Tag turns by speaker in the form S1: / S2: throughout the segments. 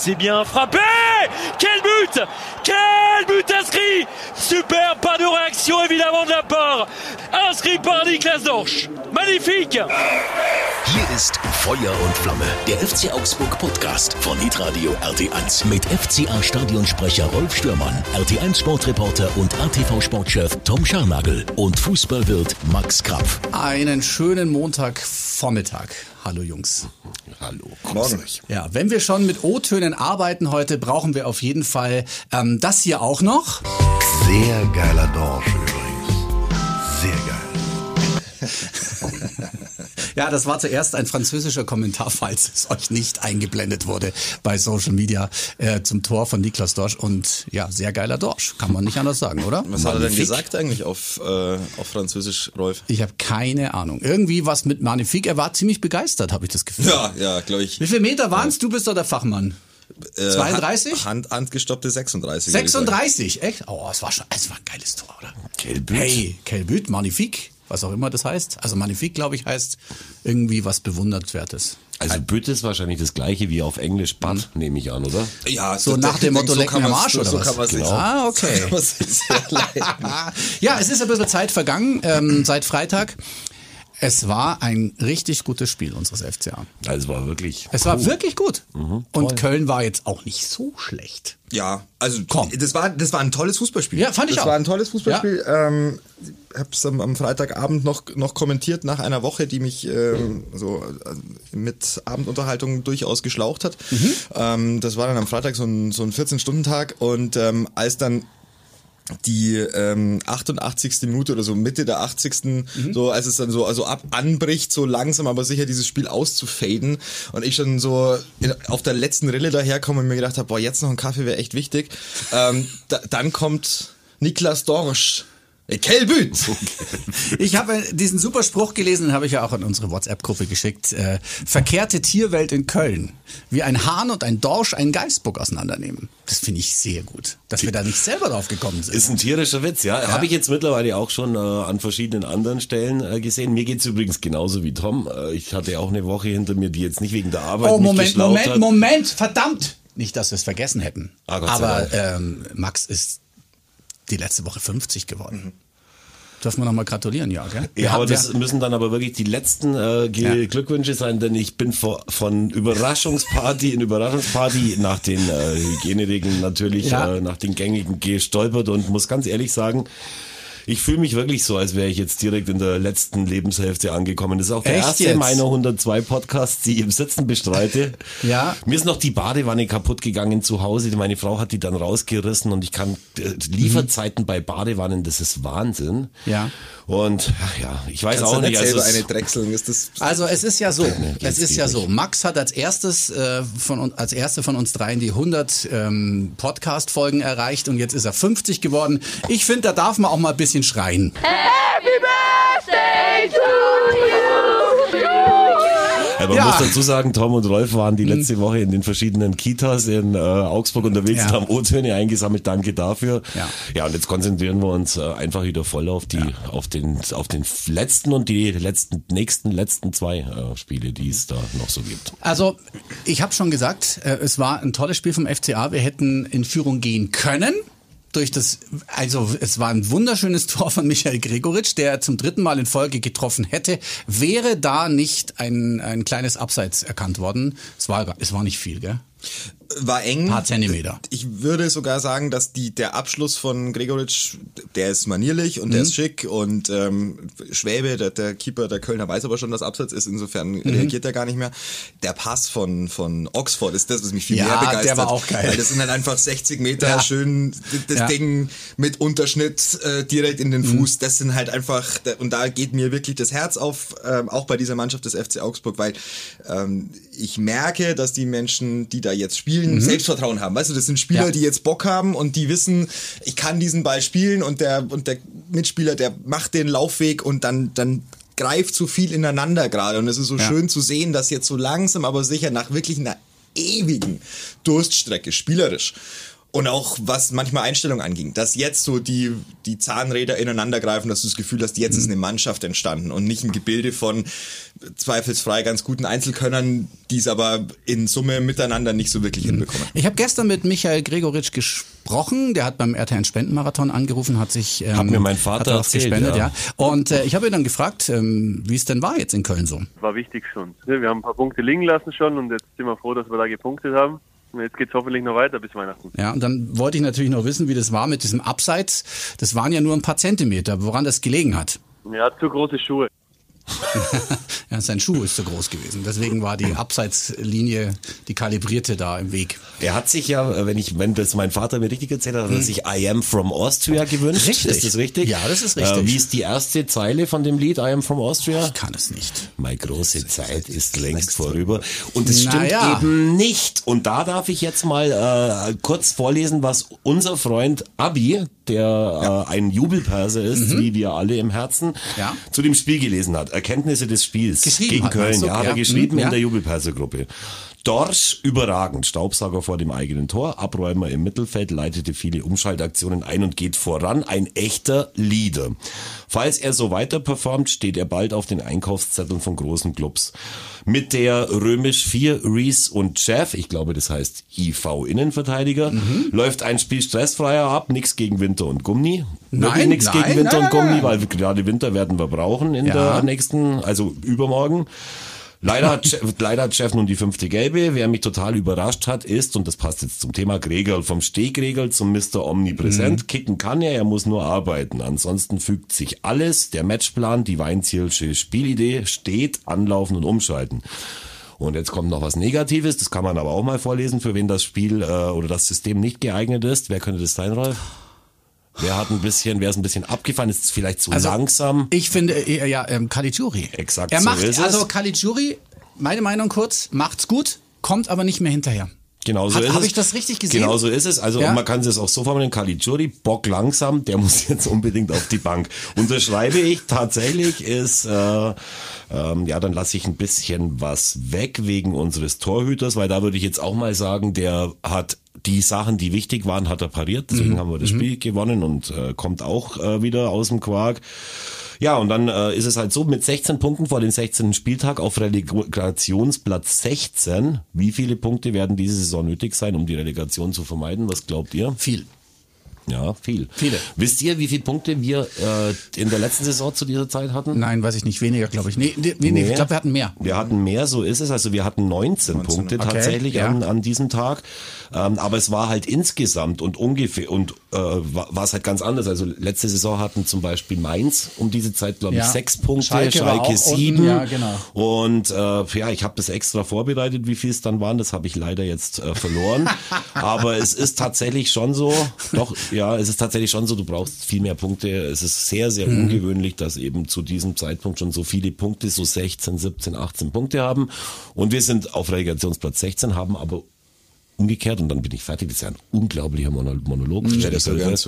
S1: C'est bien frappé! Quel but! Quel but inscrit! Super, pas de réaction évidemment de la part. Inscrit par Niklas Dorsch. Magnifique!
S2: Hier ist Feuer und Flamme, der FC Augsburg Podcast von Hitradio RT1 mit FCA-Stadionsprecher Rolf Stürmann, RT1 Sportreporter und ATV-Sportchef Tom Scharnagl und Fußballwirt Max Krapf.
S3: Einen schönen Montagvormittag. Hallo Jungs.
S2: Hallo.
S4: Morgen.
S3: Ja, wenn wir schon mit O-Tönen arbeiten heute, brauchen wir auf jeden Fall das hier auch noch.
S4: Sehr geiler Dorsch übrigens. Sehr geil.
S3: Ja, das war zuerst ein französischer Kommentar, falls es euch nicht eingeblendet wurde bei Social Media zum Tor von Niklas Dorsch. Und ja, sehr geiler Dorsch, kann man nicht anders sagen, oder?
S5: Was hat er denn gesagt eigentlich auf Französisch, Rolf?
S3: Ich habe keine Ahnung. Irgendwie was mit Magnifique. Er war ziemlich begeistert, habe ich das Gefühl.
S5: Ja, glaube ich.
S3: Wie viele Meter waren es? Du bist doch der Fachmann. 32?
S5: Handgestoppte 36.
S3: 36? Echt? Oh, es war ein geiles Tor, oder?
S2: Kelbüt.
S3: Hey, Kelbüt, Magnifique. Was auch immer das heißt. Also Magnifique, glaube ich, heißt irgendwie was Bewundernswertes.
S2: Also Bütt ist wahrscheinlich das gleiche wie auf Englisch Bad, nehme ich an, oder?
S5: Ja,
S3: So nach dem Motto, leck mir am Arsch, oder
S5: so
S3: was?
S5: kann man
S3: Genau. Ah, okay.
S5: So kann man sich sehr leiden.
S3: Ja, es ist ein bisschen Zeit vergangen, seit Freitag. Es war ein richtig gutes Spiel unseres FCA.
S2: Also war wirklich.
S3: Es war wirklich gut. Und Köln war jetzt auch nicht so schlecht.
S5: Ja, also
S3: Komm.
S5: das war ein tolles Fußballspiel.
S3: Ja, fand ich auch.
S5: Das war ein tolles Fußballspiel. Ich habe es am Freitagabend noch kommentiert nach einer Woche, die mich mit Abendunterhaltung durchaus geschlaucht hat. Das war dann am Freitag so ein 14-Stunden-Tag und als dann die 88. Minute oder so Mitte der 80. so als es dann so anbricht, so langsam aber sicher dieses Spiel auszufaden und ich schon so auf der letzten Rille daherkomme und mir gedacht habe, boah, jetzt noch ein Kaffee wäre echt wichtig. Dann kommt Niklas Dorsch. Kelbüt!
S3: Ich habe diesen super Spruch gelesen, den habe ich ja auch in unsere WhatsApp-Gruppe geschickt. Verkehrte Tierwelt in Köln. Wie ein Hahn und ein Dorsch einen Geißbock auseinandernehmen. Das finde ich sehr gut, dass wir da nicht selber drauf gekommen sind.
S2: Ist ein tierischer Witz, ja. Habe ich jetzt mittlerweile auch schon an verschiedenen anderen Stellen gesehen. Mir geht's übrigens genauso wie Tom. Ich hatte auch eine Woche hinter mir, die jetzt nicht wegen der Arbeit mich geschlaucht hat.
S3: Moment, verdammt! Nicht, dass wir es vergessen hätten.
S2: Ah, Gott sei
S3: Aber Max ist die letzte Woche 50 geworden. Dürfen wir nochmal gratulieren, ja, gell?
S2: Ja, aber das müssen dann aber wirklich die letzten Glückwünsche sein, denn ich bin von Überraschungsparty in Überraschungsparty nach den Hygieneregeln natürlich, nach den gängigen gestolpert und muss ganz ehrlich sagen, ich fühle mich wirklich so, als wäre ich jetzt direkt in der letzten Lebenshälfte angekommen. Das ist auch der erste meiner 102 Podcasts, die ich im Sitzen bestreite.
S3: Ja.
S2: Mir ist noch die Badewanne kaputt gegangen zu Hause. Meine Frau hat die dann rausgerissen und ich kann Lieferzeiten bei Badewannen, das ist Wahnsinn.
S3: Ja.
S2: Und ich weiß
S5: Kannst
S2: auch
S5: du
S2: nicht.
S5: selber
S2: Also
S5: eine Drechseln. Ist das
S3: Also es ist ja so. Max hat als erste von uns dreien die 100 Podcast-Folgen erreicht und jetzt ist er 50 geworden. Ich finde, da darf man auch mal ein bisschen schreien.
S6: Happy birthday to you!
S2: man muss dazu sagen, Tom und Rolf waren die letzte Woche in den verschiedenen Kitas in Augsburg unterwegs und haben O-Töne eingesammelt. Danke dafür. Ja, und jetzt konzentrieren wir uns einfach wieder voll auf den letzten und die letzten zwei Spiele, die es da noch so gibt.
S3: Also, ich habe schon gesagt, es war ein tolles Spiel vom FCA. Wir hätten in Führung gehen können. Es war ein wunderschönes Tor von Michael Gregoritsch, der zum 3. Mal in Folge getroffen hätte. Wäre da nicht ein kleines Abseits erkannt worden? Es war nicht viel, gell?
S5: War eng.
S3: Ein paar Zentimeter.
S5: Ich würde sogar sagen, dass der Abschluss von Gregoritsch, der ist manierlich und der ist schick und Schwäbe, der Keeper der Kölner, weiß aber schon, dass Abseits ist, insofern reagiert er gar nicht mehr. Der Pass von Oxford ist das, was mich viel mehr begeistert.
S3: Der war auch geil.
S5: Weil das sind halt einfach 60 Meter, schön das Ding mit Unterschnitt direkt in den Fuß. Das sind halt einfach, und da geht mir wirklich das Herz auf, auch bei dieser Mannschaft des FC Augsburg, weil ich merke, dass die Menschen, die da jetzt spielen, Selbstvertrauen haben. Weißt du, das sind Spieler, die jetzt Bock haben und die wissen, ich kann diesen Ball spielen und der Mitspieler, der macht den Laufweg und dann greift so viel ineinander gerade. Und es ist so schön zu sehen, dass jetzt so langsam, aber sicher nach wirklich einer ewigen Durststrecke, spielerisch, Und auch was manchmal Einstellung anging, dass jetzt so die Zahnräder ineinander greifen, dass du das Gefühl hast, jetzt ist eine Mannschaft entstanden und nicht ein Gebilde von zweifelsfrei ganz guten Einzelkönnern, die es aber in Summe miteinander nicht so wirklich hinbekommen.
S3: Ich habe gestern mit Michael Gregoritsch gesprochen, der hat beim RTL Spendenmarathon angerufen, hat sich
S2: hat mir mein Vater
S3: hat
S2: erzählt,
S3: gespendet, ja. Und ich habe ihn dann gefragt, wie es denn war jetzt in Köln so.
S7: War wichtig schon. Wir haben ein paar Punkte liegen lassen schon und jetzt sind wir froh, dass wir da gepunktet haben. Und jetzt geht's hoffentlich noch weiter bis Weihnachten.
S3: Ja, und dann wollte ich natürlich noch wissen, wie das war mit diesem Abseits. Das waren ja nur ein paar Zentimeter, woran das gelegen hat.
S7: Er hat zu große Schuhe.
S3: Ja, sein Schuh ist zu groß gewesen. Deswegen war die Abseitslinie, die kalibrierte da im Weg.
S2: Er hat sich ja, wenn das mein Vater mir richtig erzählt hat, hat er sich I Am From Austria gewünscht.
S3: Richtig.
S2: Ist das richtig?
S3: Ja, das ist richtig.
S2: Wie ist die erste Zeile von dem Lied I Am From Austria?
S3: Ich kann es nicht.
S2: Meine große Zeit ist längst vorüber. Und es stimmt
S3: Naja.
S2: eben nicht. Und da darf ich jetzt mal kurz vorlesen, was unser Freund Abi, der ein Jubelperser ist, wie wir alle im Herzen,
S3: Ja.
S2: zu dem Spiel gelesen hat. Erkenntnisse des Spiels
S3: Geschrieben
S2: gegen
S3: hat,
S2: Köln.
S3: meinst du?
S2: Ja, hat er
S3: Ja.
S2: geschrieben
S3: Ja.
S2: in der Jubelperser-Gruppe. Dorsch überragend, Staubsauger vor dem eigenen Tor, Abräumer im Mittelfeld, leitete viele Umschaltaktionen ein und geht voran, ein echter Leader. Falls er so weiter performt, steht er bald auf den Einkaufszetteln von großen Clubs. Mit der Römisch 4 Rees und Jeff, ich glaube das heißt IV Innenverteidiger, läuft ein Spiel stressfreier ab, nix gegen Winter und Gummi.
S3: Nein,
S2: Nix
S3: nein,
S2: gegen Winter
S3: nein,
S2: und Gummi,
S3: nein.
S2: weil gerade Winter werden wir brauchen in
S3: Ja.
S2: der nächsten, also übermorgen. Leider hat Chef nun die 5. Gelbe. Wer mich total überrascht hat, ist, und das passt jetzt zum Thema Gregerl, vom Stehgregerl zum Mr. Omnipräsent. Kicken kann er muss nur arbeiten. Ansonsten fügt sich alles, der Matchplan, die Weinzielsche Spielidee, steht, anlaufen und umschalten. Und jetzt kommt noch was Negatives, das kann man aber auch mal vorlesen, für wen das Spiel oder das System nicht geeignet ist. Wer könnte das sein, Rolf? Wer ist ein bisschen abgefahren, ist vielleicht zu langsam.
S3: Ich finde, Caligiuri.
S2: Exakt,
S3: er
S2: so
S3: macht,
S2: ist es.
S3: also Caligiuri, meine Meinung kurz, macht's gut, kommt aber nicht mehr hinterher.
S2: Genau so ist es.
S3: Habe ich das richtig gesehen?
S2: Genau so ist es. Also
S3: Ja.
S2: man kann es auch so formulieren, Caligiuri, Bock langsam, der muss jetzt unbedingt auf die Bank. Unterschreibe ich tatsächlich ist, dann lasse ich ein bisschen was weg wegen unseres Torhüters, weil da würde ich jetzt auch mal sagen, der hat die Sachen, die wichtig waren, hat er pariert. Deswegen haben wir das Spiel gewonnen und kommt auch wieder aus dem Quark. Ja, und dann ist es halt so, mit 16 Punkten vor dem 16. Spieltag auf Relegationsplatz 16. Wie viele Punkte werden diese Saison nötig sein, um die Relegation zu vermeiden? Was glaubt ihr?
S3: Viel.
S2: Ja, viel.
S3: Viele.
S2: Wisst ihr, wie viele Punkte wir in der letzten Saison zu dieser Zeit hatten?
S3: Nein, weiß ich nicht, weniger, glaube ich. Nee, ich glaube, wir hatten mehr.
S2: Wir hatten mehr, so ist es. Also wir hatten 19 Punkte
S3: okay,
S2: tatsächlich
S3: ja.
S2: an diesem Tag. Aber es war halt insgesamt und ungefähr war es halt ganz anders. Also letzte Saison hatten zum Beispiel Mainz um diese Zeit, glaube ich,
S3: Ja.
S2: 6 Punkte,
S3: Schalke war auch
S2: 7.
S3: unten, ja, genau.
S2: Und ich habe das extra vorbereitet, wie viel es dann waren. Das habe ich leider jetzt verloren. Aber es ist tatsächlich schon so, du brauchst viel mehr Punkte. Es ist sehr, sehr ungewöhnlich, dass eben zu diesem Zeitpunkt schon so viele Punkte, so 16, 17, 18 Punkte haben. Und wir sind auf Relegationsplatz 16, haben aber umgekehrt, und dann bin ich fertig, das ist ja ein unglaublicher Monolog.
S5: das hört gern zu.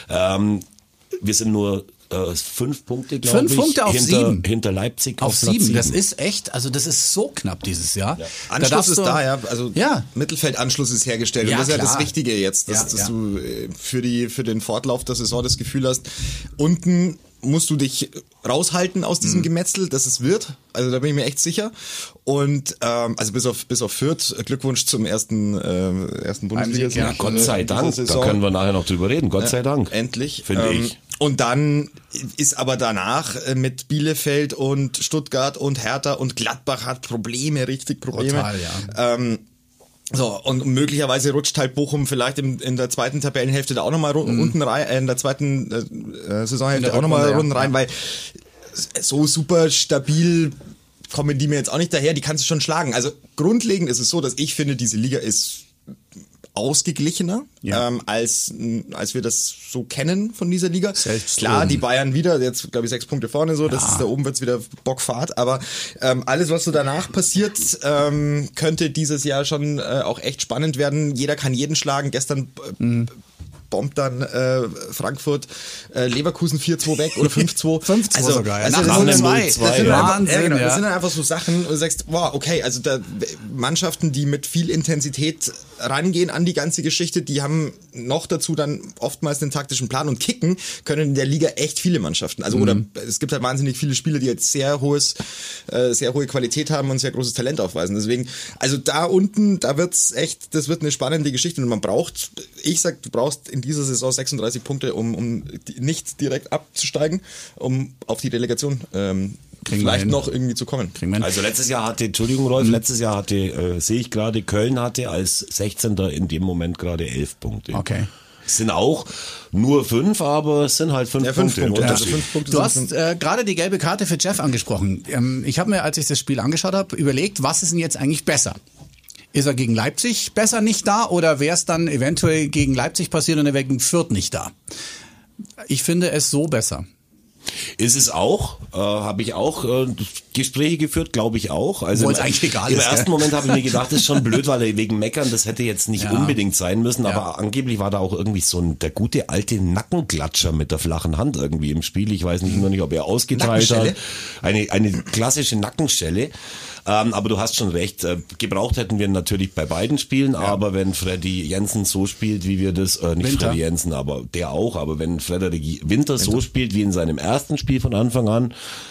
S2: Wir sind nur 5 Punkte, glaube ich.
S3: 5 Punkte auf 7.
S2: Hinter Leipzig
S3: Auf
S2: Platz
S3: 7, das ist echt, also das ist so knapp dieses Jahr. Ja.
S5: Anschluss ist da, ja. Also
S3: Ja.
S5: Mittelfeldanschluss ist hergestellt.
S3: Ja,
S5: und das ist ja das
S3: klar.
S5: Wichtige jetzt, dass
S3: Ja.
S5: du für den Fortlauf der Saison das Gefühl hast, unten musst du dich raushalten aus diesem Gemetzel, dass es wird. Also da bin ich mir echt sicher. Und also bis auf Fürth, Glückwunsch zum ersten Bundesliga-Sieg.
S3: Ja,
S2: Gott sei
S5: dieser
S2: Dank, da
S5: Saison.
S2: können wir nachher noch drüber reden. Gott sei Dank.
S5: Endlich.
S2: Finde ich.
S5: Und dann ist aber danach mit Bielefeld und Stuttgart und Hertha und Gladbach hat Probleme.
S3: Total, ja.
S5: So, und möglicherweise rutscht halt Bochum vielleicht in der zweiten Tabellenhälfte da auch nochmal unten rein, in der zweiten Saisonhälfte auch nochmal
S3: Rückrunde,
S5: unten rein, weil so super stabil kommen die mir jetzt auch nicht daher, die kannst du schon schlagen. Also grundlegend ist es so, dass ich finde, diese Liga ist ausgeglichener, als wir das so kennen von dieser Liga.
S3: Selbst
S5: Klar,
S3: oben.
S5: die Bayern wieder, jetzt glaube ich 6 Punkte vorne so, das ist da oben wird's wieder Bockfahrt, aber alles, was so danach passiert, könnte dieses Jahr schon auch echt spannend werden. Jeder kann jeden schlagen. Gestern bombt dann Frankfurt Leverkusen 4-2 weg oder 5-2.
S3: 5-2 sogar, ja.
S5: Also
S3: Nach
S5: das sind
S3: 0-2.
S5: Wahnsinn,
S3: Ja.
S5: das sind dann einfach so Sachen, wo du sagst, wow, okay, also da Mannschaften, die mit viel Intensität rangehen an die ganze Geschichte, die haben noch dazu dann oftmals den taktischen Plan und kicken können in der Liga echt viele Mannschaften. Also oder es gibt halt wahnsinnig viele Spieler, die jetzt sehr hohe Qualität haben und sehr großes Talent aufweisen. Deswegen, also da unten, das wird eine spannende Geschichte und du brauchst in dieser Saison 36 Punkte, um nicht direkt abzusteigen, um auf die Relegation vielleicht noch irgendwie zu kommen.
S2: Also letztes Jahr hatte, sehe ich gerade, Köln hatte als 16. in dem Moment gerade 11 Punkte.
S3: Okay.
S2: Es sind auch nur 5, aber es sind halt 5 Punkte.
S5: Also 5 Punkte.
S3: Du hast gerade die gelbe Karte für Jeff angesprochen. Ich habe mir, als ich das Spiel angeschaut habe, überlegt, was ist denn jetzt eigentlich besser? Ist er gegen Leipzig besser nicht da oder wäre es dann eventuell gegen Leipzig passiert und er wäre gegen Fürth nicht da? Ich finde es so besser.
S2: Ist es auch, habe ich auch Gespräche geführt, glaube ich auch. Also
S3: es eigentlich egal
S2: im
S3: ist,
S2: ersten Moment habe ich mir gedacht, das ist schon blöd, weil er wegen Meckern, das hätte jetzt nicht unbedingt sein müssen, aber angeblich war da auch irgendwie der gute alte Nackenklatscher mit der flachen Hand irgendwie im Spiel. Ich weiß nur nicht, ob er ausgeteilt hat. Eine klassische Nackenschelle. Aber du hast schon recht, gebraucht hätten wir natürlich bei beiden Spielen, aber wenn Freddy Jensen so spielt, wie wir das, nicht
S3: Winter.
S2: Freddy Jensen, aber der auch, aber wenn Frederik Winter so spielt wie in seinem ersten Spiel von Anfang an,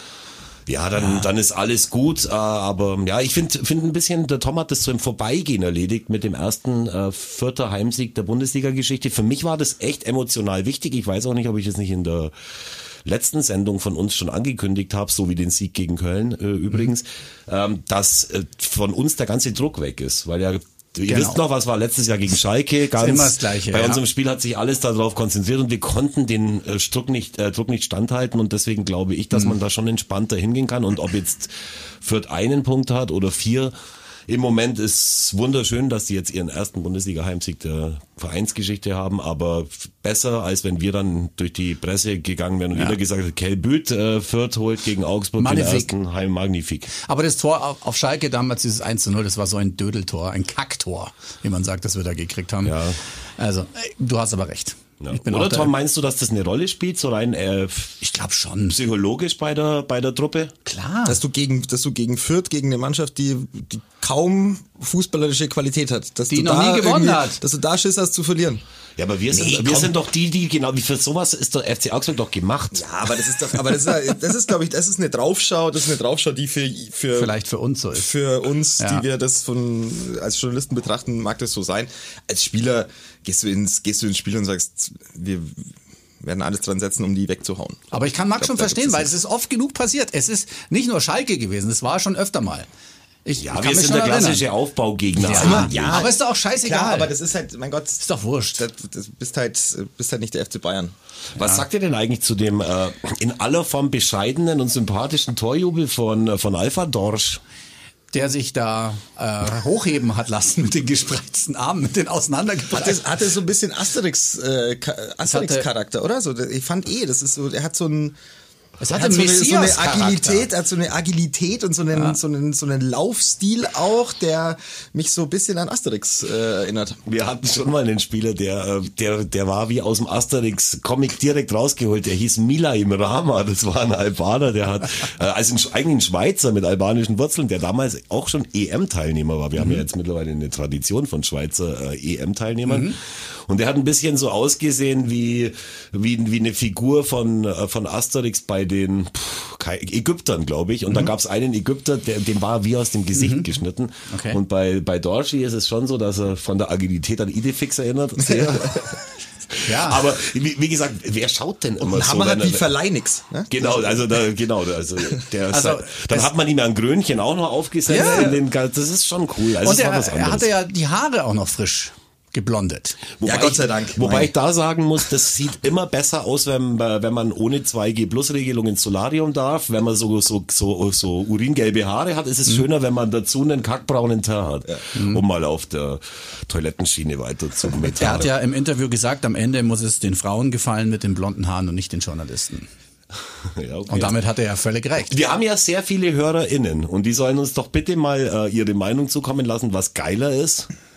S2: ja, dann ist alles gut, aber ja, ich finde ein bisschen, der Tom hat das so im Vorbeigehen erledigt mit dem ersten vierter Heimsieg der Bundesliga-Geschichte. Für mich war das echt emotional wichtig. Ich weiß auch nicht, ob ich das nicht in der letzten Sendung von uns schon angekündigt habe, so wie den Sieg gegen Köln übrigens, dass von uns der ganze Druck weg ist, weil ja ihr wisst noch, was war letztes Jahr gegen Schalke, ganz
S3: immer das Gleiche,
S2: bei unserem Spiel hat sich alles darauf konzentriert und wir konnten den Druck nicht standhalten und deswegen glaube ich, dass man da schon entspannter hingehen kann und ob jetzt Fürth einen Punkt hat oder 4, im Moment ist wunderschön, dass die jetzt ihren ersten Bundesliga-Heimsieg der Vereinsgeschichte haben, aber besser, als wenn wir dann durch die Presse gegangen wären und jeder gesagt hat, Kelbüt, Fürth holt gegen Augsburg den ersten Heim Magnifik.
S3: Aber das Tor auf Schalke damals, dieses 1-0, das war so ein Dödeltor, ein Kacktor, wie man sagt, das wir da gekriegt haben.
S2: Ja.
S3: Also, du hast aber recht.
S2: Ja. Oder Tom, meinst du, dass das eine Rolle spielt, so rein
S3: ich glaube schon
S2: psychologisch bei der Truppe?
S3: Klar.
S5: Dass du gegen Fürth, gegen eine Mannschaft, die kaum fußballerische Qualität hat, dass
S3: die
S5: du
S3: noch
S5: da
S3: nie gewonnen hat,
S5: dass du da Schiss hast zu verlieren.
S2: Ja, aber wir sind doch die genau, wie für sowas ist der FC Augsburg doch gemacht.
S5: Ja, aber das ist glaube ich, das ist eine Draufschau, die für
S3: vielleicht für uns so ist.
S5: Für uns, die wir das als Journalisten betrachten, mag das so sein. Als Spieler gehst du ins Spiel und sagst, wir werden alles dran setzen, um die wegzuhauen.
S3: Aber ich kann Max schon verstehen, weil es ist oft genug passiert. Es ist nicht nur Schalke gewesen, es war schon öfter mal.
S2: Wir sind der klassische Aufbaugegner.
S3: Aber ist doch auch scheißegal.
S5: Klar, aber das ist halt, mein Gott.
S3: Ist doch wurscht.
S5: Das bist halt nicht der FC Bayern.
S2: Was sagt ihr denn eigentlich zu dem in aller Form bescheidenen und sympathischen Torjubel von Alpha Dorsch?
S3: Der sich da hochheben hat lassen mit den gespreizten Armen, mit den auseinandergebreiteten.
S5: Hatte so ein bisschen Asterix-Charakter, oder? So, ich fand das ist so, er hat so ein...
S3: Es hatte
S5: so eine Agilität und so einen Laufstil auch, der mich so ein bisschen an Asterix erinnert.
S2: Wir hatten schon mal einen Spieler, der war wie aus dem Asterix-Comic direkt rausgeholt. Der hieß Milaim Rama, das war ein Albaner, der hat eigentlich ein Schweizer mit albanischen Wurzeln, der damals auch schon EM-Teilnehmer war. Wir haben ja jetzt mittlerweile eine Tradition von Schweizer EM-Teilnehmern. Und der hat ein bisschen so ausgesehen wie eine Figur von Asterix bei den Ägyptern, glaube ich. Und da gab es einen Ägypter, dem war wie aus dem Gesicht geschnitten. Okay. Und bei Dorschi ist es schon so, dass er von der Agilität an Idefix erinnert. Sehr. Ja. Aber wie gesagt, wer schaut denn immer so?
S5: Hammer hat wie Verleih nix. Ne?
S2: Genau, dann hat man ihm ja ein Grönchen auch noch aufgesetzt. Ja. Das ist schon cool. Also
S3: und er hatte ja die Haare auch noch frisch geblondet.
S5: Gott sei Dank.
S2: Wobei ich da sagen muss, das sieht immer besser aus, wenn man ohne 2G-Plus-Regelung ins Solarium darf. Wenn man so uringelbe Haare hat, ist es schöner, wenn man dazu einen kackbraunen Teint hat, um mal auf der Toilettenschiene weiter zu metern.
S3: Er hat ja im Interview gesagt, am Ende muss es den Frauen gefallen mit den blonden Haaren und nicht den Journalisten. Ja, okay. Und damit hat er ja völlig recht.
S2: Wir haben ja sehr viele HörerInnen und die sollen uns doch bitte mal ihre Meinung zukommen lassen, was geiler ist.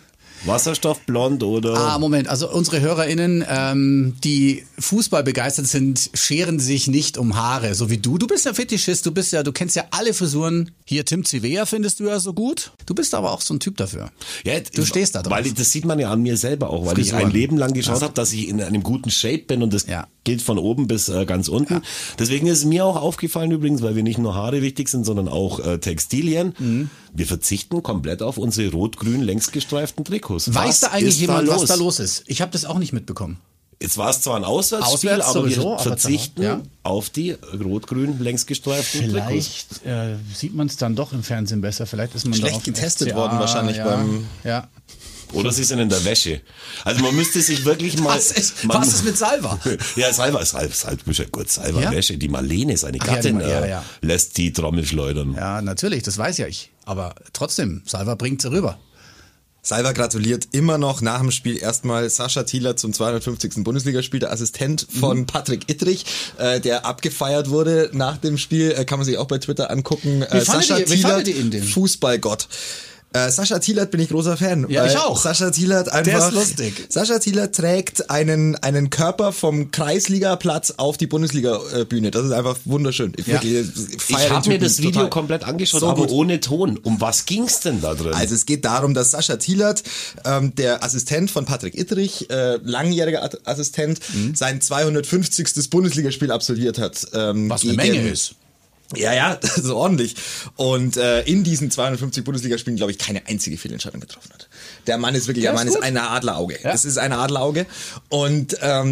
S2: Wasserstoffblond oder?
S3: Moment, also unsere HörerInnen, die Fußball begeistert sind, scheren sich nicht um Haare, so wie du. Du bist ja Fetischist, du kennst ja alle Frisuren. Hier Tim Civea findest du ja so gut. Du bist aber auch so ein Typ dafür.
S2: Ja,
S3: du stehst da drauf.
S2: Weil das sieht man ja an mir selber auch, weil
S3: Frisuren.
S2: ich ein Leben lang geschaut habe, dass ich in einem guten Shape bin und das gilt von oben bis ganz unten. Ja. Deswegen ist es mir auch aufgefallen übrigens, weil wir nicht nur Haare wichtig sind, sondern auch Textilien. Mhm. Wir verzichten komplett auf unsere rot-grün längsgestreiften Trikots.
S3: Weiß da eigentlich jemand, was da los ist? Ich habe das auch nicht mitbekommen.
S2: Jetzt war es zwar ein Auswärtsspiel, aber sowieso, wir verzichten auf die rot-grün längsgestreiften Trikots.
S3: Vielleicht sieht man es dann doch im Fernsehen besser. Vielleicht ist man
S5: schlecht getestet worden wahrscheinlich beim...
S3: Ja.
S2: Oder sie sind in der Wäsche. Also man müsste sich wirklich mal...
S3: Was ist mit Salva?
S2: Ja, Salva ist gut. Salva Wäsche. Die Marlene, seine Gattin, lässt die Trommel schleudern.
S3: Ja, natürlich, das weiß ja ich. Aber trotzdem, Salva bringt sie rüber.
S5: Salva gratuliert immer noch nach dem Spiel erstmal Sascha Thielert zum 250. Bundesligaspiel, der Assistent von Patrick Ittrich, der abgefeiert wurde nach dem Spiel, kann man sich auch bei Twitter angucken. Sascha Thielert, Fußballgott. Sascha Thielert bin ich großer Fan.
S3: Ja, ich auch.
S5: Sascha Thielert einfach.
S3: Der ist lustig.
S5: Sascha Thielert trägt einen Körper vom Kreisligaplatz auf die Bundesliga-Bühne. Das ist einfach wunderschön. Ich
S2: habe mir das Video komplett angeschaut, so aber gut. Ohne Ton. Um was ging's denn da drin?
S5: Also es geht darum, dass Sascha Thielert, der Assistent von Patrick Ittrich, langjähriger Assistent, sein 250. Bundesligaspiel absolviert hat.
S3: Was eine Menge ist.
S5: Ja, das ist ordentlich. Und in diesen 250 Bundesligaspielen, glaube ich, keine einzige Fehlentscheidung getroffen hat. Der Mann ist wirklich, ist ein Adlerauge. Ja. Es ist ein Adlerauge. Und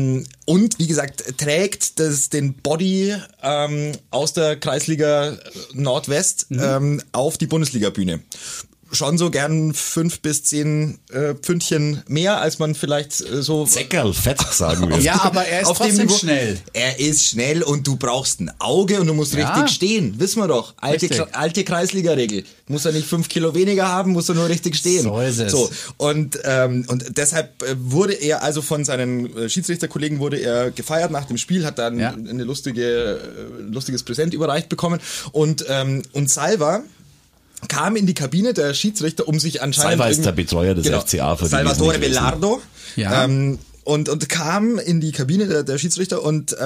S5: wie gesagt, trägt den Body aus der Kreisliga Nordwest auf die Bundesliga-Bühne. Schon so gern 5 bis 10 Pfündchen mehr, als man vielleicht so...
S2: Zeckerl, fett, sagen wir.
S3: Ja, aber er ist
S5: auf
S3: trotzdem schnell.
S5: Er ist schnell und du brauchst ein Auge und du musst richtig stehen. Wissen wir doch. Alte Kreisliga-Regel. Muss er nicht 5 Kilo weniger haben, muss er nur richtig stehen.
S3: So ist es.
S5: So. Und deshalb wurde er, also von seinen Schiedsrichterkollegen wurde er gefeiert nach dem Spiel, hat dann ein lustiges Präsent überreicht bekommen. Und Salva kam in die Kabine der Schiedsrichter, um sich anscheinend...
S2: Salva ist der Betreuer des FCA. Für
S5: Salvatore Belardo. Ja. Und kam in die Kabine der Schiedsrichter und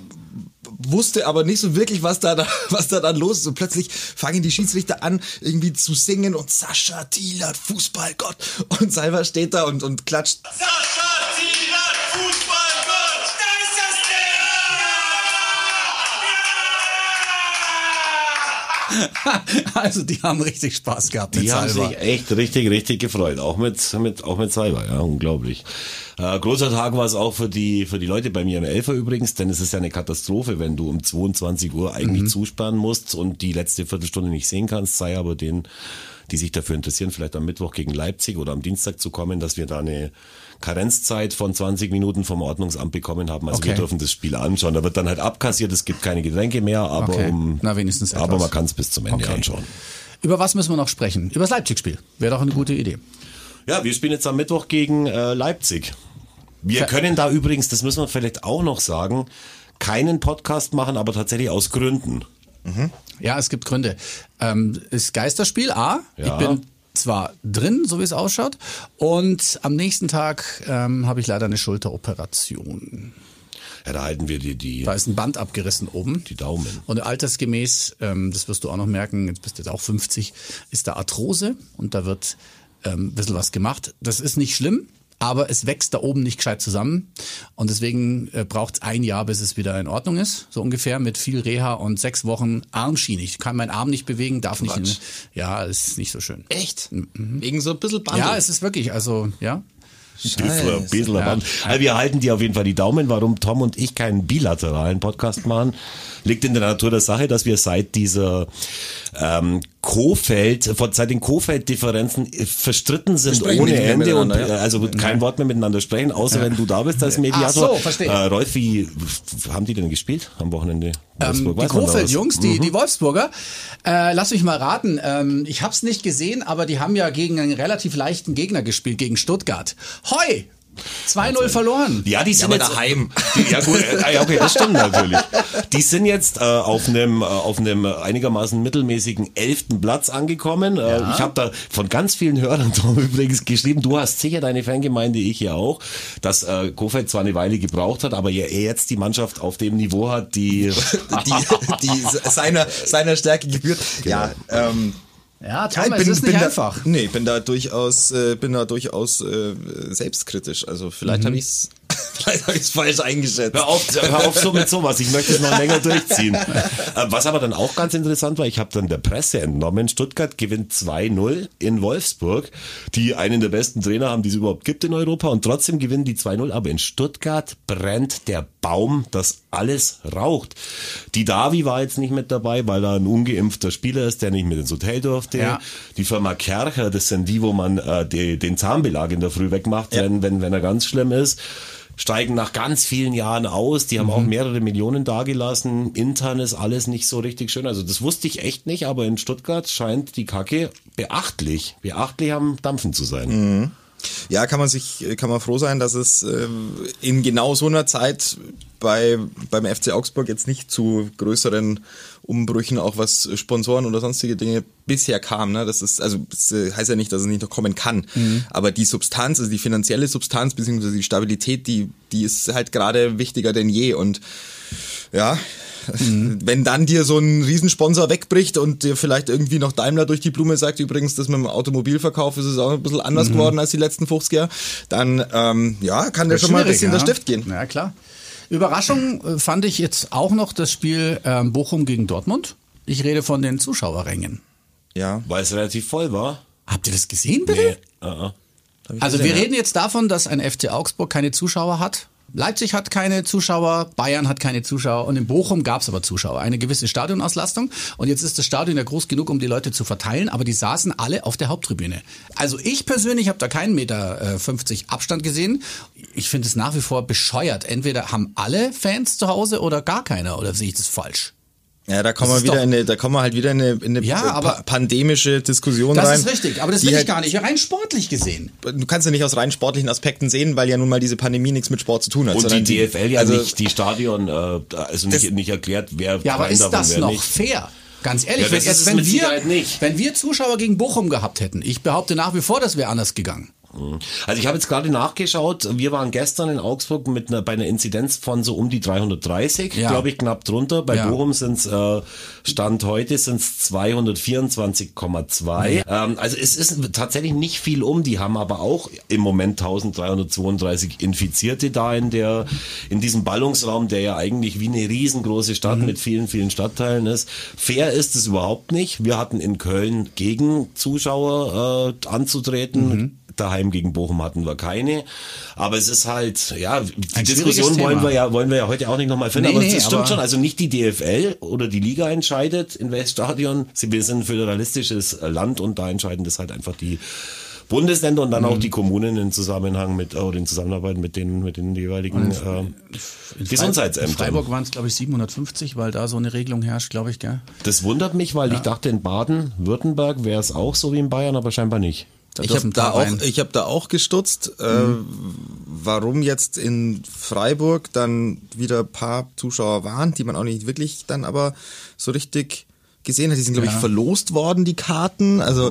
S5: wusste aber nicht so wirklich, was da dann los ist. Und plötzlich fangen die Schiedsrichter an, irgendwie zu singen und Sascha Thielert, Fußballgott. Und Salva steht da und klatscht.
S6: Sascha Thielert, Fußballgott, da ist das
S3: Ding! Also die haben richtig Spaß gehabt mit Salva.
S2: Die haben sich echt richtig gefreut, auch mit Salva, ja, unglaublich. Großer Tag war es auch für die Leute bei mir im Elfer übrigens, denn es ist ja eine Katastrophe, wenn du um 22 Uhr eigentlich zusperren musst und die letzte Viertelstunde nicht sehen kannst, sei aber denen, die sich dafür interessieren, vielleicht am Mittwoch gegen Leipzig oder am Dienstag zu kommen, dass wir da eine Karenzzeit von 20 Minuten vom Ordnungsamt bekommen haben. Also wir dürfen das Spiel anschauen. Da wird dann halt abkassiert, es gibt keine Getränke mehr, aber
S3: wenigstens etwas.
S2: Aber man kann es bis zum Ende anschauen.
S3: Über was müssen wir noch sprechen? Über das Leipzig-Spiel. Wäre doch eine gute Idee.
S2: Ja, wir spielen jetzt am Mittwoch gegen Leipzig. Wir können da übrigens, das müssen wir vielleicht auch noch sagen, keinen Podcast machen, aber tatsächlich aus Gründen.
S3: Ja, es gibt Gründe. Ist Geisterspiel, Ja. Ich bin zwar drin, so wie es ausschaut, und am nächsten Tag habe ich leider eine Schulteroperation.
S2: Ja, da halten wir
S3: Da ist ein Band abgerissen oben.
S2: Die Daumen.
S3: Und altersgemäß, das wirst du auch noch merken, jetzt bist du jetzt auch 50, ist da Arthrose und da wird ein bisschen was gemacht. Das ist nicht schlimm, aber es wächst da oben nicht gescheit zusammen und deswegen braucht es 1 Jahr, bis es wieder in Ordnung ist, so ungefähr, mit viel Reha und 6 Wochen Armschiene. Ich kann meinen Arm nicht bewegen, darf nicht. Ja, ist nicht so schön.
S5: Echt? Wegen so ein bisschen Band?
S3: Ja, es ist wirklich, also, ja.
S2: Ein bisschen Band. Also wir halten dir auf jeden Fall die Daumen. Warum Tom und ich keinen bilateralen Podcast machen, liegt in der Natur der Sache, dass wir seit dieser seit den Kofeld-Differenzen verstritten sind ohne Ende und also kein Wort mehr miteinander sprechen, außer wenn du da bist als Mediator.
S3: Ach so, verstehe.
S2: Rolf, wie haben die denn gespielt am Wochenende?
S3: Die Kofeld-Jungs, die Wolfsburger, lass mich mal raten, ich hab's nicht gesehen, aber die haben ja gegen einen relativ leichten Gegner gespielt, gegen Stuttgart. Hoi! 2-0 verloren.
S2: Ja, die sind
S5: aber
S2: jetzt
S5: daheim.
S2: Ja, gut, ja, okay, das stimmt natürlich. Die sind jetzt auf einem einigermaßen mittelmäßigen 11. Platz angekommen. Ich habe da von ganz vielen Hörern übrigens geschrieben, du hast sicher deine Fangemeinde, ich ja auch, dass Kofeld zwar eine Weile gebraucht hat, aber er jetzt die Mannschaft auf dem Niveau hat, die
S5: seiner Stärke gebührt.
S2: Genau.
S5: Ja,
S3: Ja, Tom, es ist nicht einfach.
S5: Nee, bin da durchaus selbstkritisch. Also vielleicht habe ich's falsch eingeschätzt.
S2: Hör auf so mit sowas, ich möchte es noch länger durchziehen. Was aber dann auch ganz interessant war, ich habe dann der Presse entnommen, Stuttgart gewinnt 2-0 in Wolfsburg, die einen der besten Trainer haben, die es überhaupt gibt in Europa, und trotzdem gewinnen die 2-0, aber in Stuttgart brennt der Baum, das alles raucht. Die Davi war jetzt nicht mit dabei, weil er ein ungeimpfter Spieler ist, der nicht mit ins Hotel durfte. Ja. Die Firma Kercher, das sind die, wo man den Zahnbelag in der Früh wegmacht, wenn er ganz schlimm ist. Steigen nach ganz vielen Jahren aus. Die haben auch mehrere Millionen dagelassen. Intern ist alles nicht so richtig schön. Also das wusste ich echt nicht, aber in Stuttgart scheint die Kacke beachtlich am Dampfen zu sein.
S5: Mhm. Ja, kann man froh sein, dass es in genau so einer Zeit beim FC Augsburg jetzt nicht zu größeren Umbrüchen, auch was Sponsoren oder sonstige Dinge bisher kam. Ne? Das heißt ja nicht, dass es nicht noch kommen kann. Mhm. Aber die Substanz, also die finanzielle Substanz beziehungsweise die Stabilität, die ist halt gerade wichtiger denn je. Und ja, wenn dann dir so ein Riesensponsor wegbricht und dir vielleicht irgendwie noch Daimler durch die Blume sagt, übrigens, das mit dem Automobilverkauf ist es auch ein bisschen anders geworden als die letzten 50 Jahre, dann kann der schon mal ein bisschen der Stift gehen.
S3: Ja, klar. Überraschung fand ich jetzt auch noch das Spiel Bochum gegen Dortmund. Ich rede von den Zuschauerrängen.
S2: Ja. Weil es relativ voll war.
S3: Habt ihr das gesehen, bitte?
S2: Nee.
S3: Also wir reden jetzt davon, dass ein FC Augsburg keine Zuschauer hat. Leipzig hat keine Zuschauer, Bayern hat keine Zuschauer und in Bochum gab es aber Zuschauer. Eine gewisse Stadionauslastung und jetzt ist das Stadion ja groß genug, um die Leute zu verteilen, aber die saßen alle auf der Haupttribüne. Also ich persönlich habe da keinen 1,50 Meter Abstand gesehen. Ich finde es nach wie vor bescheuert. Entweder haben alle Fans zu Hause oder gar keiner, oder sehe ich das falsch?
S5: Ja, da kommen wir halt wieder in eine pandemische Diskussion rein.
S3: Das ist richtig, aber das will ich gar nicht, rein sportlich gesehen.
S5: Du kannst ja nicht aus rein sportlichen Aspekten sehen, weil ja nun mal diese Pandemie nichts mit Sport zu tun hat.
S2: Und die DFL nicht die Stadion, nicht erklärt, wer
S3: ja, aber ist das noch fair? Ganz ehrlich,
S2: ja,
S3: wenn wir Zuschauer gegen Bochum gehabt hätten, ich behaupte nach wie vor, das wäre anders gegangen.
S2: Also ich habe jetzt gerade nachgeschaut, wir waren gestern in Augsburg bei einer Inzidenz von so um die 330, glaube ich, knapp drunter. Bei Bochum sind es, Stand heute sind es 224,2. Also es ist tatsächlich nicht viel die haben aber auch im Moment 1332 Infizierte da in diesem Ballungsraum, der ja eigentlich wie eine riesengroße Stadt mit vielen, vielen Stadtteilen ist. Fair ist es überhaupt nicht. Wir hatten in Köln gegen Zuschauer anzutreten. Daheim gegen Bochum hatten wir keine. Aber es ist halt, die Diskussion wollen wir ja heute auch nicht nochmal finden. Aber es stimmt schon, also nicht die DFL oder die Liga entscheidet, in welches Stadion. Wir sind ein föderalistisches Land und da entscheiden das halt einfach die Bundesländer und dann auch die Kommunen in Zusammenhang in Zusammenarbeit mit den jeweiligen Gesundheitsämtern.
S3: In Freiburg waren es, glaube ich, 750, weil da so eine Regelung herrscht, glaube ich, gell?
S2: Das wundert mich, weil ich dachte, in Baden-Württemberg wäre es auch so wie in Bayern, aber scheinbar nicht.
S5: Ich habe da auch gestutzt, warum jetzt in Freiburg dann wieder ein paar Zuschauer waren, die man auch nicht wirklich dann aber so richtig gesehen hat. Die sind, glaube ich, verlost worden, die Karten. Also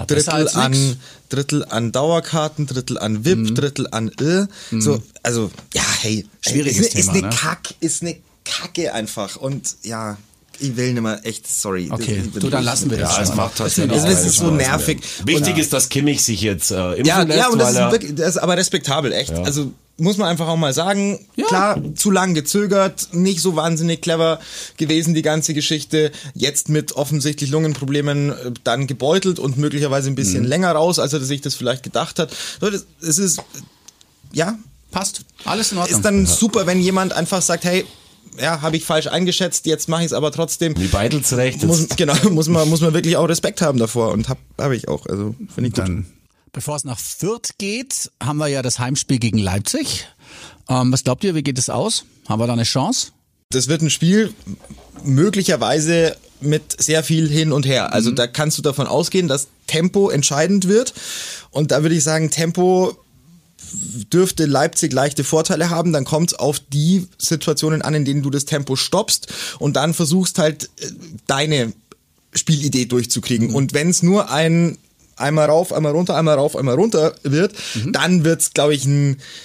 S5: Drittel an Dauerkarten, Drittel an VIP, Drittel an so, also,
S3: schwieriges Thema,
S5: ist eine Kacke einfach. Und ja, ich will nicht mehr echt, sorry.
S3: Okay, dann lassen wir das.
S2: Ja, es macht tatsächlich.
S5: Es ist so nervig.
S2: Wichtig ist, dass Kimmich sich jetzt impfen lässt.
S5: Ja, und das ist aber respektabel, echt. Ja. Also muss man einfach auch mal sagen, klar, zu lang gezögert, nicht so wahnsinnig clever gewesen, die ganze Geschichte. Jetzt mit offensichtlich Lungenproblemen dann gebeutelt und möglicherweise ein bisschen länger raus, als er sich das vielleicht gedacht hat. Es ist,
S3: passt. Alles in Ordnung.
S5: Ist dann super, wenn jemand einfach sagt, hey, habe ich falsch eingeschätzt, jetzt mache ich es aber trotzdem.
S2: Wie Beitelsrecht.
S5: Muss man wirklich auch Respekt haben davor und habe ich auch. Also finde ich gut.
S3: Dann, bevor es nach Fürth geht, haben wir ja das Heimspiel gegen Leipzig. Was glaubt ihr, wie geht es aus? Haben wir da eine Chance?
S5: Das wird ein Spiel möglicherweise mit sehr viel hin und her. Also da kannst du davon ausgehen, dass Tempo entscheidend wird. Und da würde ich sagen, Tempo dürfte Leipzig leichte Vorteile haben, dann kommt es auf die Situationen an, in denen du das Tempo stoppst und dann versuchst halt deine Spielidee durchzukriegen. Und wenn es nur einmal rauf, einmal runter, einmal rauf, einmal runter wird, dann wird's, glaube ich,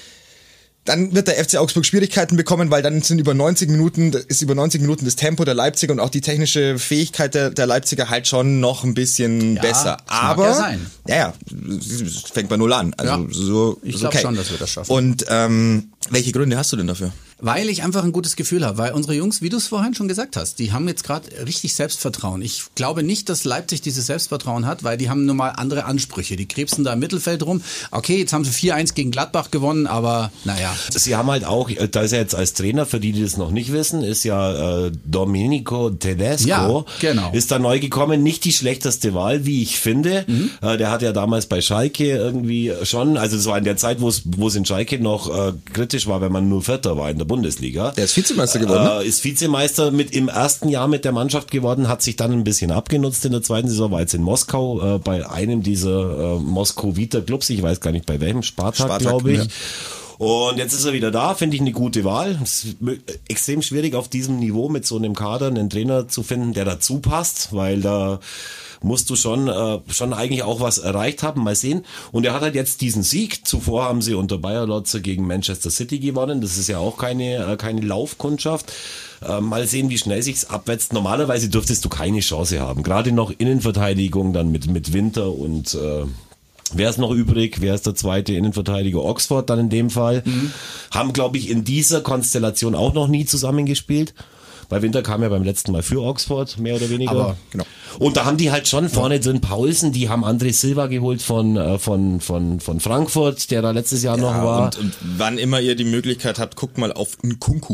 S5: dann wird der FC Augsburg Schwierigkeiten bekommen, weil dann ist über 90 Minuten das Tempo der Leipziger und auch die technische Fähigkeit der Leipziger halt schon noch ein bisschen besser. Aber
S3: mag ja sein.
S5: Ja, es fängt bei 0 an. Also
S3: ich glaube schon, dass wir das schaffen.
S5: Und welche Gründe hast du denn dafür?
S3: Weil ich einfach ein gutes Gefühl habe, weil unsere Jungs, wie du es vorhin schon gesagt hast, die haben jetzt gerade richtig Selbstvertrauen. Ich glaube nicht, dass Leipzig dieses Selbstvertrauen hat, weil die haben nun mal andere Ansprüche. Die krebsen da im Mittelfeld rum. Okay, jetzt haben sie 4-1 gegen Gladbach gewonnen, aber naja.
S2: Sie haben halt auch, da ist er jetzt als Trainer, für die das noch nicht wissen, ist ja Domenico Tedesco.
S3: Ja, genau.
S2: Ist da neu gekommen. Nicht die schlechteste Wahl, wie ich finde. Der hat ja damals bei Schalke irgendwie schon, also das war in der Zeit, wo es in Schalke noch kritisch war, wenn man nur Vierter war in der Bundesliga.
S5: Der ist Vizemeister geworden, ne?
S2: Ist Vizemeister im ersten Jahr mit der Mannschaft geworden, hat sich dann ein bisschen abgenutzt in der zweiten Saison, war jetzt in Moskau bei einem dieser Moskowiter Clubs, ich weiß gar nicht bei welchem, Spartak glaube ich. Ja. Und jetzt ist er wieder da, finde ich eine gute Wahl. Es ist extrem schwierig auf diesem Niveau mit so einem Kader einen Trainer zu finden, der dazu passt, weil da musst du schon eigentlich auch was erreicht haben, mal sehen. Und er hat halt jetzt diesen Sieg. Zuvor haben sie unter Bayer Lotze gegen Manchester City gewonnen. Das ist ja auch keine Laufkundschaft. Mal sehen, wie schnell sich's abwetzt. Normalerweise dürftest du keine Chance haben. Gerade noch Innenverteidigung dann mit Winter und wer ist noch übrig? Wer ist der zweite Innenverteidiger? Oxford dann in dem Fall. Haben, glaube ich, in dieser Konstellation auch noch nie zusammengespielt. Weil Winter kam ja beim letzten Mal für Oxford, mehr oder weniger.
S5: Aber, genau.
S2: Und da haben die halt schon vorne drin Paulsen, die haben André Silva geholt von Frankfurt, der da letztes Jahr noch war.
S5: Und wann immer ihr die Möglichkeit habt, guckt mal auf Nkunku.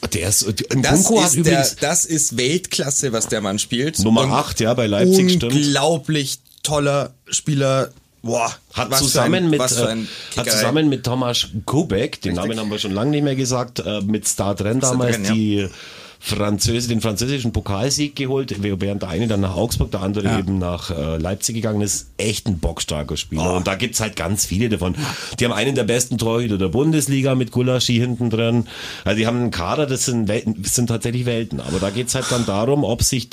S5: Das ist Weltklasse, was der Mann spielt.
S2: Nummer 8, ja, bei Leipzig, stimmt.
S5: Unglaublich toller Spieler. Boah,
S2: hat zusammen mit Tomasz Kubek, den Namen haben wir schon lange nicht mehr gesagt, mit Stade damals den französischen Pokalsieg geholt, während der eine dann nach Augsburg, der andere eben nach Leipzig gegangen ist. Echt ein bockstarker Spieler. Und da gibt's halt ganz viele davon. Die haben einen der besten Torhüter der Bundesliga mit Gulaschi hinten drin. Also die haben einen Kader, das sind tatsächlich Welten. Aber da geht's halt dann darum, ob sich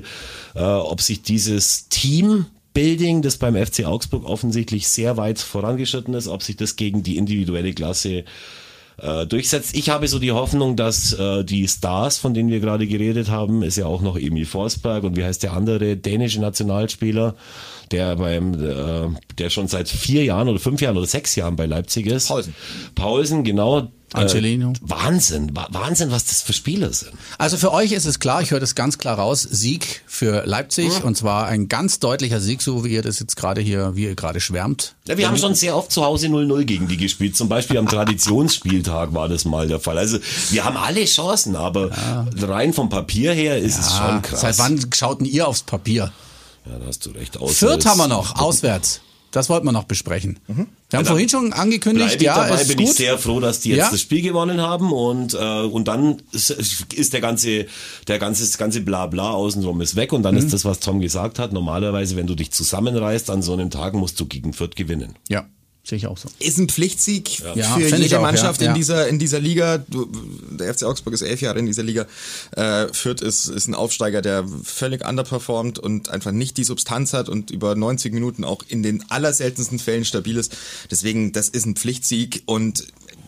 S2: dieses Team Building, das beim FC Augsburg offensichtlich sehr weit vorangeschritten ist, ob sich das gegen die individuelle Klasse durchsetzt. Ich habe so die Hoffnung, dass die Stars, von denen wir gerade geredet haben, ist ja auch noch Emil Forsberg und wie heißt der andere dänische Nationalspieler, der schon seit 4 Jahren oder 5 Jahren oder 6 Jahren bei Leipzig ist. Paulsen, genau.
S3: Angelino.
S2: Wahnsinn, was das für Spieler sind.
S3: Also für euch ist es klar, ich höre das ganz klar raus, Sieg für Leipzig und zwar ein ganz deutlicher Sieg, so wie ihr das jetzt gerade wie ihr gerade schwärmt.
S2: Ja, wir haben schon sehr oft zu Hause 0-0 gegen die gespielt, zum Beispiel am Traditionsspieltag war das mal der Fall. Also wir haben alle Chancen, aber rein vom Papier her ist es schon krass.
S3: Seit wann schauten ihr aufs Papier?
S2: Ja, da hast du recht.
S3: Fürth haben wir noch, auswärts. Das wollten wir noch besprechen. Wir haben vorhin schon angekündigt,
S2: dabei
S3: ist
S2: bin
S3: gut.
S2: Ich sehr froh, dass die jetzt das Spiel gewonnen haben und dann ist das ganze Blabla außenrum ist weg und dann ist das, was Tom gesagt hat. Normalerweise, wenn du dich zusammenreißt an so einem Tag, musst du gegen Fürth gewinnen.
S3: Ja. Sehe ich auch so.
S5: Ist ein Pflichtsieg für jede Mannschaft in dieser Liga. Der FC Augsburg ist 11 Jahre in dieser Liga. Fürth ist ein Aufsteiger, der völlig underperformt und einfach nicht die Substanz hat und über 90 Minuten auch in den allerseltensten Fällen stabil ist. Deswegen, das ist ein Pflichtsieg und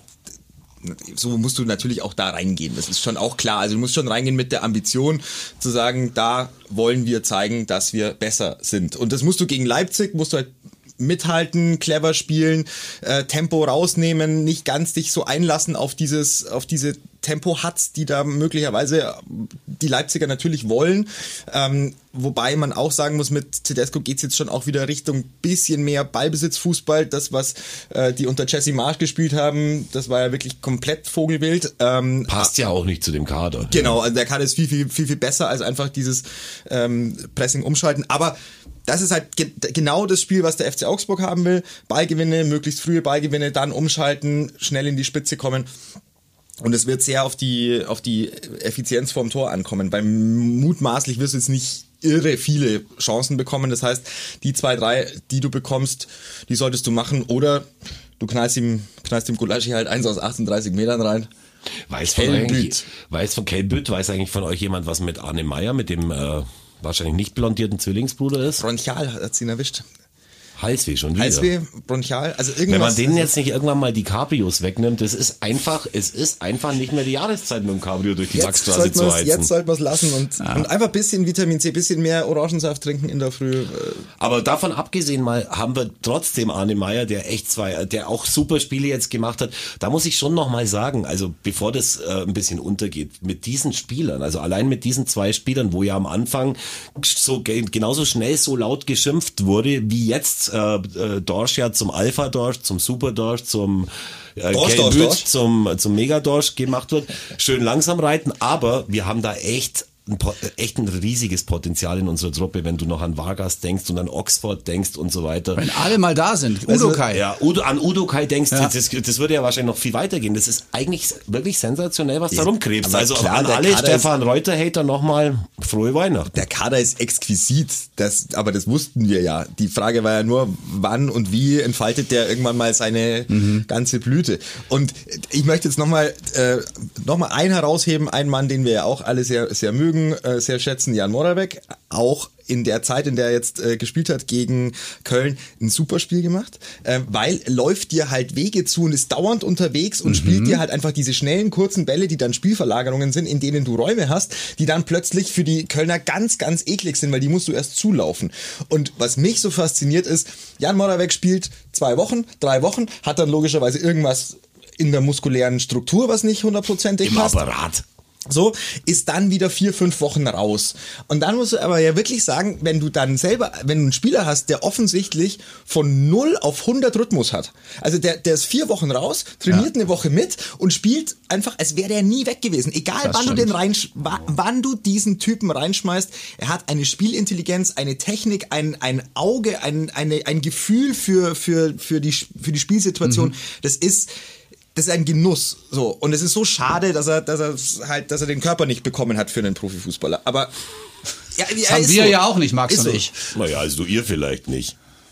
S5: so musst du natürlich auch da reingehen. Das ist schon auch klar. Also du musst schon reingehen mit der Ambition zu sagen, da wollen wir zeigen, dass wir besser sind. Und das musst du gegen Leipzig, musst du halt mithalten, clever spielen, Tempo rausnehmen, nicht ganz dich so einlassen auf diese Tempo-Hats, die da möglicherweise die Leipziger natürlich wollen. Wobei man auch sagen muss, mit Tedesco geht's jetzt schon auch wieder Richtung bisschen mehr Ballbesitzfußball. Das, was die unter Jesse Marsch gespielt haben, das war ja wirklich komplett Vogelwild.
S2: Passt ja auch nicht zu dem Kader.
S5: Genau, also der Kader ist viel besser als einfach dieses Pressing umschalten. Aber das ist halt genau das Spiel, was der FC Augsburg haben will. Ballgewinne, möglichst frühe Ballgewinne, dann umschalten, schnell in die Spitze kommen. Und es wird sehr auf die Effizienz vorm Tor ankommen, weil mutmaßlich wirst du jetzt nicht irre viele Chancen bekommen. Das heißt, die 2, 3, die du bekommst, die solltest du machen oder Du knallst ihm Gulaschi halt 1 aus 38 Metern rein.
S2: Weiß von Kelbüt, weiß eigentlich von euch jemand, was mit Arne Meyer, mit dem wahrscheinlich nicht blondierten Zwillingsbruder ist?
S5: Bronchial hat's ihn erwischt.
S2: Halsweh schon wieder.
S5: Halsweh, Bronchial, also irgendwas.
S2: Wenn man denen jetzt nicht irgendwann mal die Cabrios wegnimmt, es ist einfach nicht mehr die Jahreszeit mit dem Cabrio durch die Maxstraße zu heizen.
S5: Jetzt sollten wir es lassen und einfach ein bisschen Vitamin C, ein bisschen mehr Orangensaft trinken in der Früh.
S2: Aber davon abgesehen mal haben wir trotzdem Arne Meyer, der auch super Spiele jetzt gemacht hat. Da muss ich schon nochmal sagen, also bevor das ein bisschen untergeht, mit diesen Spielern, also allein mit diesen 2 Spielern, wo ja am Anfang so genauso schnell so laut geschimpft wurde, wie jetzt Dorsch ja zum Alpha Dorsch, zum Super Dorsch, zum
S5: Dorsch.
S2: zum Mega Dorsch gemacht wird. Schön langsam reiten, aber wir haben da echt ein riesiges Potenzial in unserer Truppe, wenn du noch an Vargas denkst und an Oxford denkst und so weiter.
S3: Wenn alle mal da sind. Udokai.
S2: Ja, an Udokai denkst, das würde ja wahrscheinlich noch viel weitergehen. Das ist eigentlich wirklich sensationell, was da rumkrebst. Also klar, an alle Stefan Reuter-Hater nochmal frohe Weihnachten.
S5: Der Kader ist exquisit, aber das wussten wir ja. Die Frage war ja nur, wann und wie entfaltet der irgendwann mal seine ganze Blüte. Und ich möchte jetzt nochmal einen herausheben, einen Mann, den wir ja auch alle sehr, sehr mögen, sehr schätzen, Jan Moravec, auch in der Zeit, in der er jetzt gespielt hat gegen Köln, ein super Spiel gemacht, weil läuft dir halt Wege zu und ist dauernd unterwegs und spielt dir halt einfach diese schnellen, kurzen Bälle, die dann Spielverlagerungen sind, in denen du Räume hast, die dann plötzlich für die Kölner ganz, ganz eklig sind, weil die musst du erst zulaufen. Und was mich so fasziniert ist, Jan Moravec spielt 2 Wochen, 3 Wochen, hat dann logischerweise irgendwas in der muskulären Struktur, was nicht 100%ig passt.
S2: Im Apparat.
S5: So, ist dann wieder 4-5 Wochen raus. Und dann musst du aber ja wirklich sagen, wenn du einen Spieler hast, der offensichtlich von 0 auf 100 Rhythmus hat. Also der ist 4 Wochen raus, trainiert eine Woche mit und spielt einfach, als wäre der nie weg gewesen. Egal wann du diesen Typen reinschmeißt, er hat eine Spielintelligenz, eine Technik, ein Auge, ein Gefühl für die Spielsituation. Das ist ein Genuss, so. Und es ist so schade, dass er den Körper nicht bekommen hat für einen Profifußballer. Aber,
S3: das haben wir ja auch nicht, Max und ich.
S2: Naja, also ihr vielleicht nicht.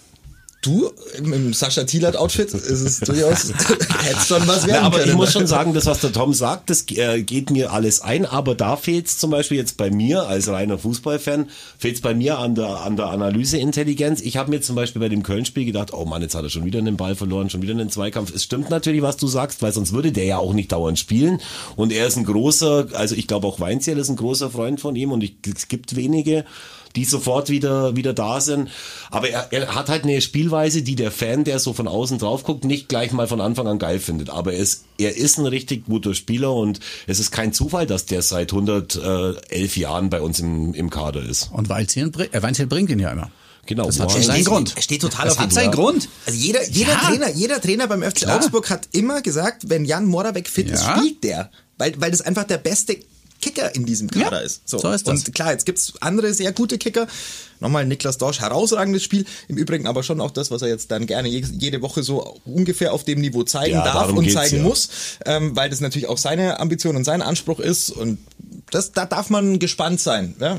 S5: Du, im Sascha Thielert-Outfit, ist es durchaus, hätte schon was werden
S2: aber
S5: können.
S2: Ich muss schon sagen, das, was der Tom sagt, das geht mir alles ein, aber da fehlt es zum Beispiel jetzt bei mir, als reiner Fußballfan, fehlt es bei mir an der Analyseintelligenz. Ich habe mir zum Beispiel bei dem Köln-Spiel gedacht, oh Mann, jetzt hat er schon wieder einen Ball verloren, schon wieder einen Zweikampf. Es stimmt natürlich, was du sagst, weil sonst würde der ja auch nicht dauernd spielen. Und er ist ein großer, also ich glaube auch Weinzierl ist ein großer Freund von ihm und es gibt wenige, die sofort wieder da sind. Aber er hat halt eine Spielweise, die der Fan, der so von außen drauf guckt, nicht gleich mal von Anfang an geil findet. Aber er ist ein richtig guter Spieler und es ist kein Zufall, dass der seit 111 Jahren bei uns im Kader ist.
S3: Und Weinzierl bringt ihn ja immer.
S2: Genau.
S3: Das hat schon seinen Grund.
S5: Er steht total
S3: das
S5: auf
S3: hat seinen Grund.
S5: Also jeder Trainer beim FC Augsburg hat immer gesagt, wenn Jan Moravec fit ist, spielt der. Weil das einfach der beste Kicker in diesem Kader ist. So ist das. Und klar, jetzt gibt's andere sehr gute Kicker. Nochmal Niklas Dorsch, herausragendes Spiel. Im Übrigen aber schon auch das, was er jetzt dann gerne jede Woche so ungefähr auf dem Niveau zeigen darf und zeigen muss. Weil das natürlich auch seine Ambition und sein Anspruch ist. Und da darf man gespannt sein, ja?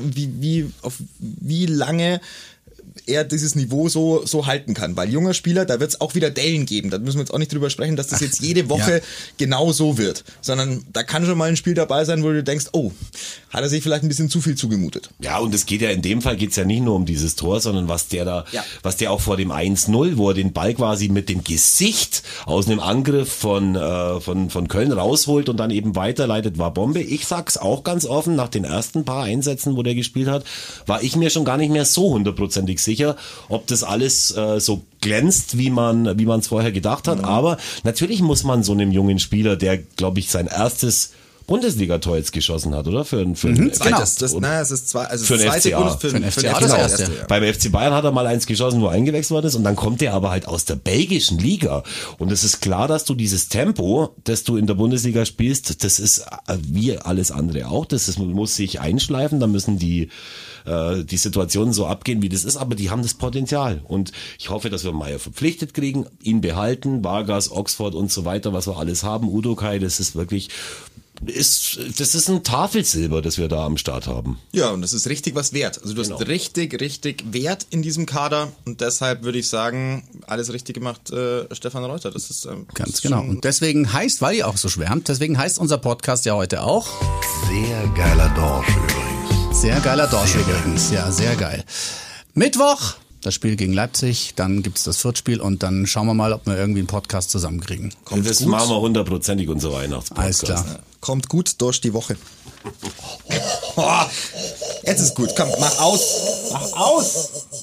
S5: Wie lange er dieses Niveau so halten kann. Weil junger Spieler, da wird es auch wieder Dellen geben. Da müssen wir jetzt auch nicht drüber sprechen, dass das jetzt jede Woche genau so wird. Sondern da kann schon mal ein Spiel dabei sein, wo du denkst, oh, hat er sich vielleicht ein bisschen zu viel zugemutet.
S2: Ja, und es geht ja in dem Fall geht's ja nicht nur um dieses Tor, sondern was der auch vor dem 1-0, wo er den Ball quasi mit dem Gesicht aus einem Angriff von Köln rausholt und dann eben weiterleitet, war Bombe. Ich sag's auch ganz offen, nach den ersten paar Einsätzen, wo der gespielt hat, war ich mir schon gar nicht mehr so 100%ig sicher, ob das alles so glänzt, wie man es vorher gedacht hat. Aber natürlich muss man so einem jungen Spieler, der, glaube ich, sein erstes Bundesliga-Tor jetzt geschossen hat, oder? Für
S5: es ist
S2: für
S5: den FCA
S2: das erste. Ja. Beim FC Bayern hat er mal eins geschossen, wo er eingewechselt worden ist und dann kommt er aber halt aus der belgischen Liga. Und es ist klar, dass du dieses Tempo, das du in der Bundesliga spielst, das ist wie alles andere auch, muss sich einschleifen, da müssen die Situationen so abgehen, wie das ist, aber die haben das Potenzial und ich hoffe, dass wir Meyer verpflichtet kriegen, ihn behalten, Vargas, Oxford und so weiter, was wir alles haben, Udokai, das ist wirklich das ist ein Tafelsilber, das wir da am Start haben.
S5: Ja, und das ist richtig was wert. Also du hast richtig Wert in diesem Kader und deshalb würde ich sagen, alles richtig gemacht, Stefan Reuter. Das ist
S3: ganz genau. Und deswegen heißt, weil ihr auch so schwärmt, deswegen heißt unser Podcast ja heute auch
S4: Sehr geiler Dorsch übrigens.
S3: Sehr geiler Dorsch übrigens. Ja, sehr geil. Mittwoch, das Spiel gegen Leipzig, dann gibt's das Viertspiel und dann schauen wir mal, ob wir irgendwie einen Podcast zusammenkriegen.
S2: Und das machen wir 100%ig unser Weihnachtspodcast.
S3: Alles klar.
S5: Kommt gut durch die Woche. Jetzt ist gut. Komm, mach aus. Mach aus.